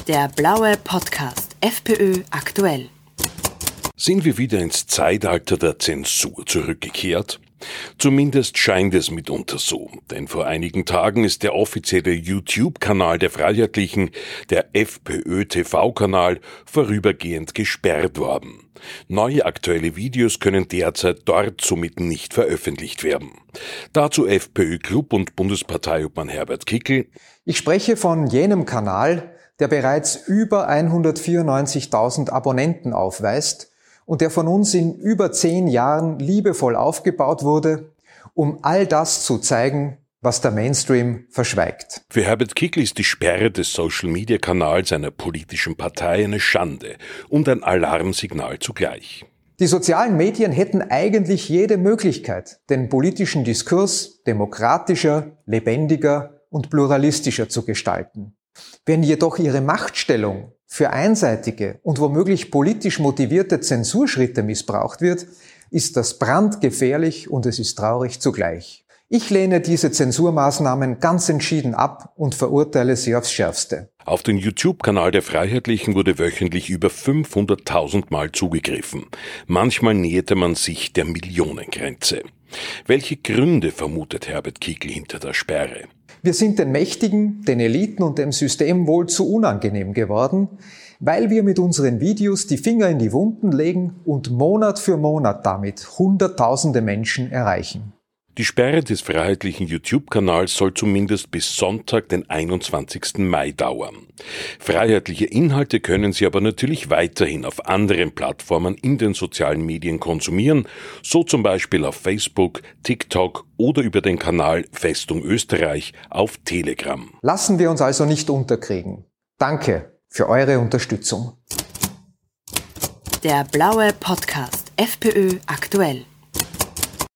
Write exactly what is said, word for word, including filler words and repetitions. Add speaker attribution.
Speaker 1: Der blaue Podcast FPÖ aktuell.
Speaker 2: Sind wir wieder ins Zeitalter der Zensur zurückgekehrt? Zumindest scheint es mitunter so, denn vor einigen Tagen ist der offizielle YouTube-Kanal der Freiheitlichen, der FPÖ-T V-Kanal, vorübergehend gesperrt worden. Neue aktuelle Videos können derzeit dort somit nicht veröffentlicht werden. Dazu FPÖ-Club und Bundesparteiobmann Herbert Kickl.
Speaker 3: Ich spreche von jenem Kanal, der bereits über hundertvierundneunzigtausend Abonnenten aufweist und der von uns in über zehn Jahren liebevoll aufgebaut wurde, um all das zu zeigen, was der Mainstream verschweigt.
Speaker 2: Für Herbert Kickl ist die Sperre des Social-Media-Kanals einer politischen Partei eine Schande und ein Alarmsignal zugleich.
Speaker 3: Die sozialen Medien hätten eigentlich jede Möglichkeit, den politischen Diskurs demokratischer, lebendiger und pluralistischer zu gestalten. Wenn jedoch ihre Machtstellung für einseitige und womöglich politisch motivierte Zensurschritte missbraucht wird, ist das brandgefährlich und es ist traurig zugleich. Ich lehne diese Zensurmaßnahmen ganz entschieden ab und verurteile sie aufs Schärfste.
Speaker 2: Auf den YouTube-Kanal der Freiheitlichen wurde wöchentlich über fünfhunderttausend Mal zugegriffen. Manchmal näherte man sich der Millionengrenze. Welche Gründe vermutet Herbert Kickl hinter der Sperre?
Speaker 3: Wir sind den Mächtigen, den Eliten und dem System wohl zu unangenehm geworden, weil wir mit unseren Videos die Finger in die Wunden legen und Monat für Monat damit Hunderttausende Menschen erreichen.
Speaker 2: Die Sperre des Freiheitlichen YouTube-Kanals soll zumindest bis Sonntag, den einundzwanzigsten Mai dauern. Freiheitliche Inhalte können Sie aber natürlich weiterhin auf anderen Plattformen in den sozialen Medien konsumieren, so zum Beispiel auf Facebook, TikTok oder über den Kanal Festung Österreich auf Telegram.
Speaker 3: Lassen wir uns also nicht unterkriegen. Danke für eure Unterstützung.
Speaker 1: Der blaue Podcast FPÖ aktuell.